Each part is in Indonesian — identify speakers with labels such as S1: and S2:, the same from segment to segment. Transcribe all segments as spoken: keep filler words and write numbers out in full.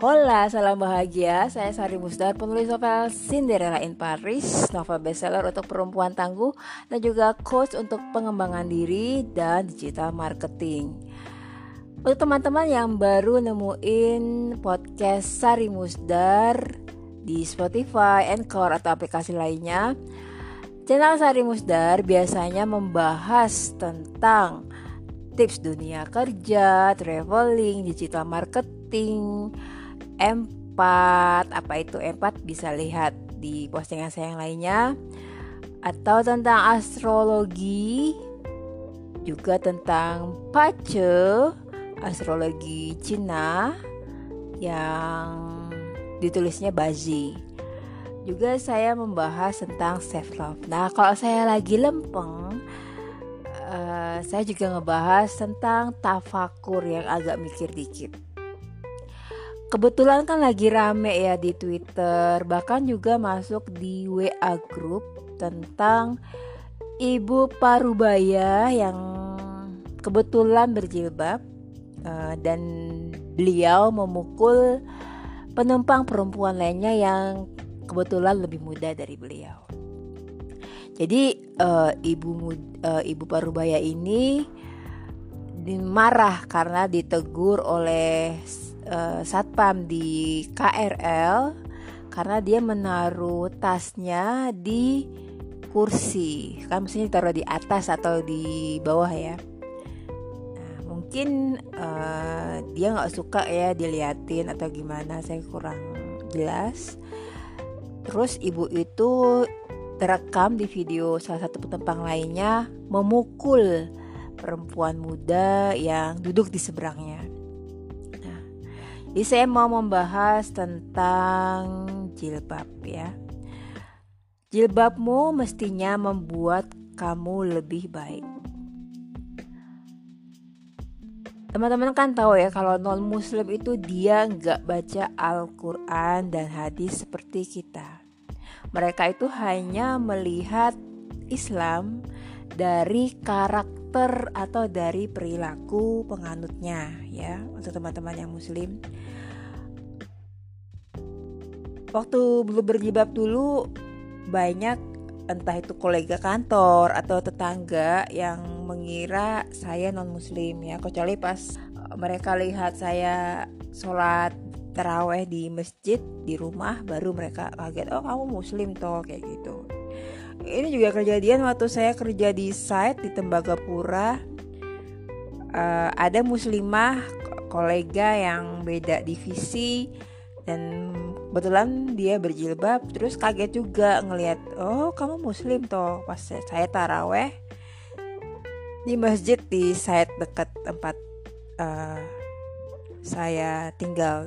S1: Hola, salam bahagia. Saya Sari Musdar, penulis novel Cinderella in Paris, novel bestseller untuk perempuan tangguh dan juga coach untuk pengembangan diri dan digital marketing. Untuk teman-teman yang baru nemuin podcast Sari Musdar di Spotify, Anchor atau aplikasi lainnya, channel Sari Musdar biasanya membahas tentang tips dunia kerja, traveling, digital marketing, empat, apa itu empat bisa lihat di postingan saya yang lainnya, atau tentang astrologi, juga tentang pace, astrologi Cina yang ditulisnya Bazi. Juga saya membahas tentang self love. Nah, kalau saya lagi lempeng, uh, saya juga ngebahas tentang tafakur yang agak mikir dikit. Kebetulan kan lagi rame ya di Twitter, bahkan juga masuk di W A group tentang ibu parubaya yang kebetulan berjilbab uh, dan beliau memukul penumpang perempuan lainnya yang kebetulan lebih muda dari beliau. Jadi uh, ibu uh, ibu parubaya ini marah karena ditegur oleh Uh, satpam di K R L karena dia menaruh tasnya di kursi, kan mestinya ditaruh di atas atau di bawah ya. Nah, mungkin uh, dia nggak suka ya diliatin atau gimana, saya kurang jelas. Terus ibu itu terekam di video salah satu penumpang lainnya memukul perempuan muda yang duduk di seberangnya. Jadi saya mau membahas tentang jilbab ya. Jilbabmu mestinya membuat kamu lebih baik. Teman-teman kan tahu ya, kalau non muslim itu dia gak baca Al-Quran dan hadis seperti kita. Mereka itu hanya melihat Islam dari karakter atau dari perilaku penganutnya ya. Untuk teman-teman yang muslim, waktu belum berjilbab dulu banyak entah itu kolega kantor atau tetangga yang mengira saya non muslim ya, kecuali pas mereka lihat saya sholat taraweh di masjid di rumah baru mereka kaget, oh kamu muslim toh, kayak gitu. Ini juga kejadian waktu saya kerja di site di Tembagapura. Uh, ada muslimah kolega yang beda divisi dan kebetulan dia berjilbab, terus kaget juga ngelihat, oh kamu muslim toh, pas saya taraweh di masjid di site dekat tempat uh, saya tinggal.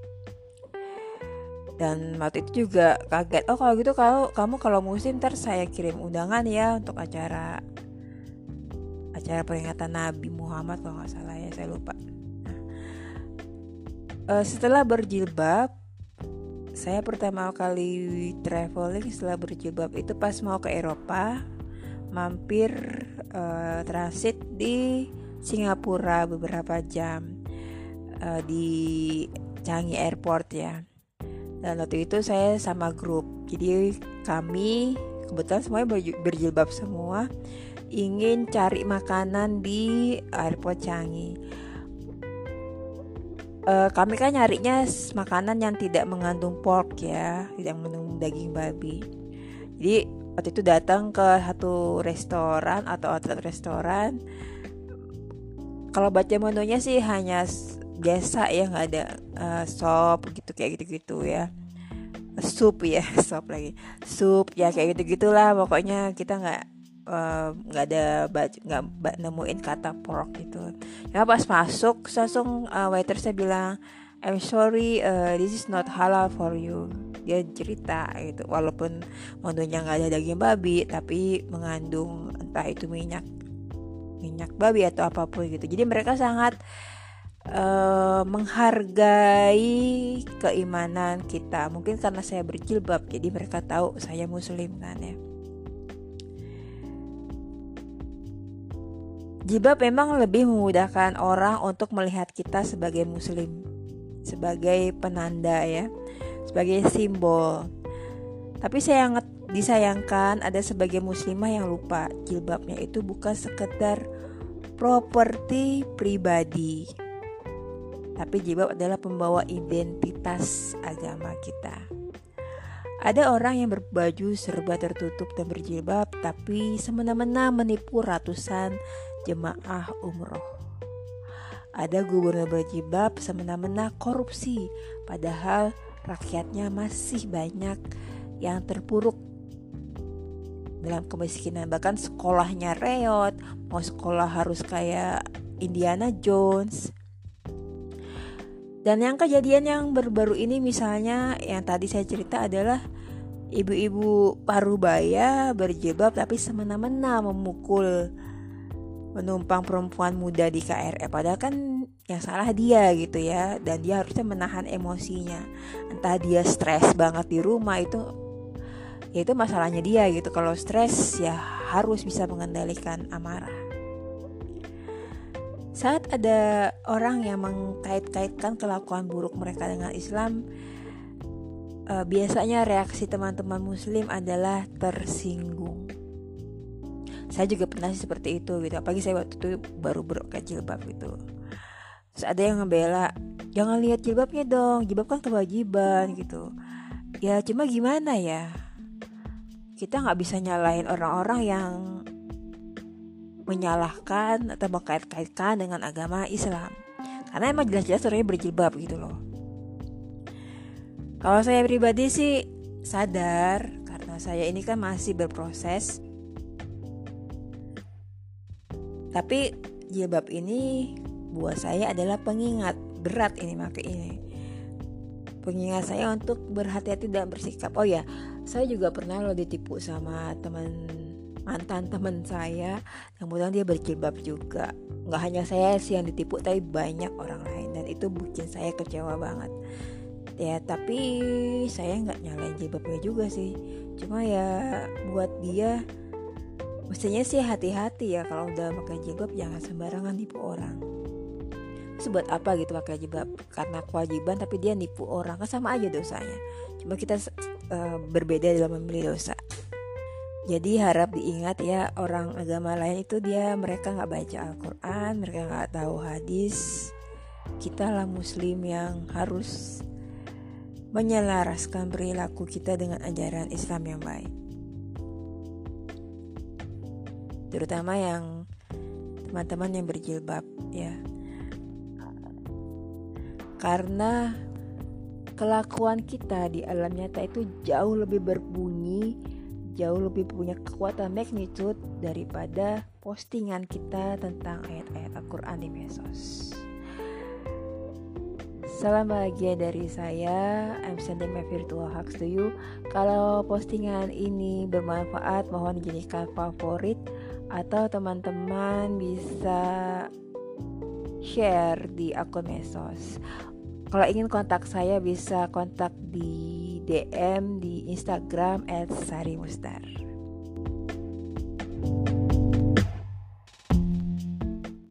S1: Dan waktu itu juga kaget, oh kalau gitu kalau kamu kalau muslim ntar saya kirim undangan ya untuk acara acara peringatan Nabi Muhammad kalau nggak salah ya, saya lupa. Nah, uh, setelah berjilbab, saya pertama kali traveling setelah berjilbab itu pas mau ke Eropa, mampir uh, transit di Singapura beberapa jam uh, di Changi Airport ya. Dan waktu itu saya sama grup, jadi kami kebetulan semuanya berjilbab semua, ingin cari makanan di airport Changi. E, kami kan nyarinya makanan yang tidak mengandung pork ya, tidak mengandung daging babi. Jadi waktu itu datang ke satu restoran atau outlet restoran. Kalau baca menunya sih hanya biasa ya, nggak ada uh, sop gitu kayak gitu-gitu ya, sup ya sop lagi sup ya kayak gitu gitulah. Pokoknya kita nggak nggak uh, ada nggak nemuin kata pork gitu ya. Pas masuk langsung uh, waiter saya bilang, I'm sorry, uh, this is not halal for you. Dia cerita gitu, walaupun menunya nggak ada daging babi tapi mengandung entah itu minyak minyak babi atau apapun gitu. Jadi mereka sangat Uh, menghargai keimanan kita. Mungkin karena saya berjilbab jadi mereka tahu saya muslim kan ya. Jilbab memang lebih memudahkan orang untuk melihat kita sebagai muslim. sebagai penanda ya, sebagai simbol. Tapi sangat disayangkan ada sebagian muslimah yang lupa jilbabnya itu bukan sekedar properti pribadi, tapi jilbab adalah pembawa identitas agama kita. Ada orang yang berbaju serba tertutup dan berjilbab tapi semena-mena menipu ratusan jemaah umroh. Ada gubernur berjilbab semena-mena korupsi, padahal rakyatnya masih banyak yang terpuruk dalam kemiskinan. Bahkan sekolahnya reot, mau sekolah harus kayak Indiana Jones. Dan yang kejadian yang baru-baru ini misalnya yang tadi saya cerita adalah ibu-ibu parubaya berjilbab tapi semena-mena memukul penumpang perempuan muda di K R L. Padahal kan yang salah dia gitu ya, dan dia harusnya menahan emosinya. Entah dia stres banget di rumah, itu ya itu masalahnya dia gitu. Kalau stres ya harus bisa mengendalikan amarah. Saat ada orang yang mengkait-kaitkan kelakuan buruk mereka dengan Islam, uh, biasanya reaksi teman-teman muslim adalah tersinggung. Saya juga pernah seperti itu gitu, apalagi saya waktu itu baru buka jilbab gitu. Terus ada yang ngebela, jangan lihat jilbabnya dong, jilbab kan kewajiban gitu. Ya cuma gimana ya, kita gak bisa nyalahin orang-orang yang menyalahkan atau mengkait-kaitkan dengan agama Islam, karena emang jelas-jelas orangnya berjilbab gitu loh. Kalau saya pribadi sih sadar, karena saya ini kan masih berproses. Tapi jilbab ini buat saya adalah pengingat berat ini pakai ini. Pengingat saya untuk berhati-hati dan bersikap. Oh ya, saya juga pernah loh ditipu sama teman mantan teman saya, kemudian dia berjilbab juga. Nggak hanya saya sih yang ditipu, tapi banyak orang lain, dan itu bikin saya kecewa banget. Ya tapi saya nggak nyalain jilbabnya juga sih. Cuma ya buat dia, mestinya sih hati-hati ya kalau udah pakai jilbab, jangan sembarangan nipu orang. Terus buat apa gitu pakai jilbab? Karena kewajiban tapi dia nipu orang, kan sama aja dosanya. Cuma kita uh, berbeda dalam memilih dosa. Jadi harap diingat ya, orang agama lain itu dia mereka nggak baca Al-Quran, mereka nggak tahu hadis. Kita lah muslim yang harus menyelaraskan perilaku kita dengan ajaran Islam yang baik. Terutama yang teman-teman yang berjilbab ya. Karena kelakuan kita di alam nyata itu jauh lebih berbunyi, jauh lebih punya kekuatan magnitude daripada postingan kita tentang ayat-ayat Al-Quran di medsos. Salam bahagia dari saya. I'm sending my virtual hugs to you. Kalau postingan ini bermanfaat, mohon dijadikan favorit, atau teman-teman bisa share di akun medsos. Kalau ingin kontak saya bisa kontak di D M di Instagram et sari mustar.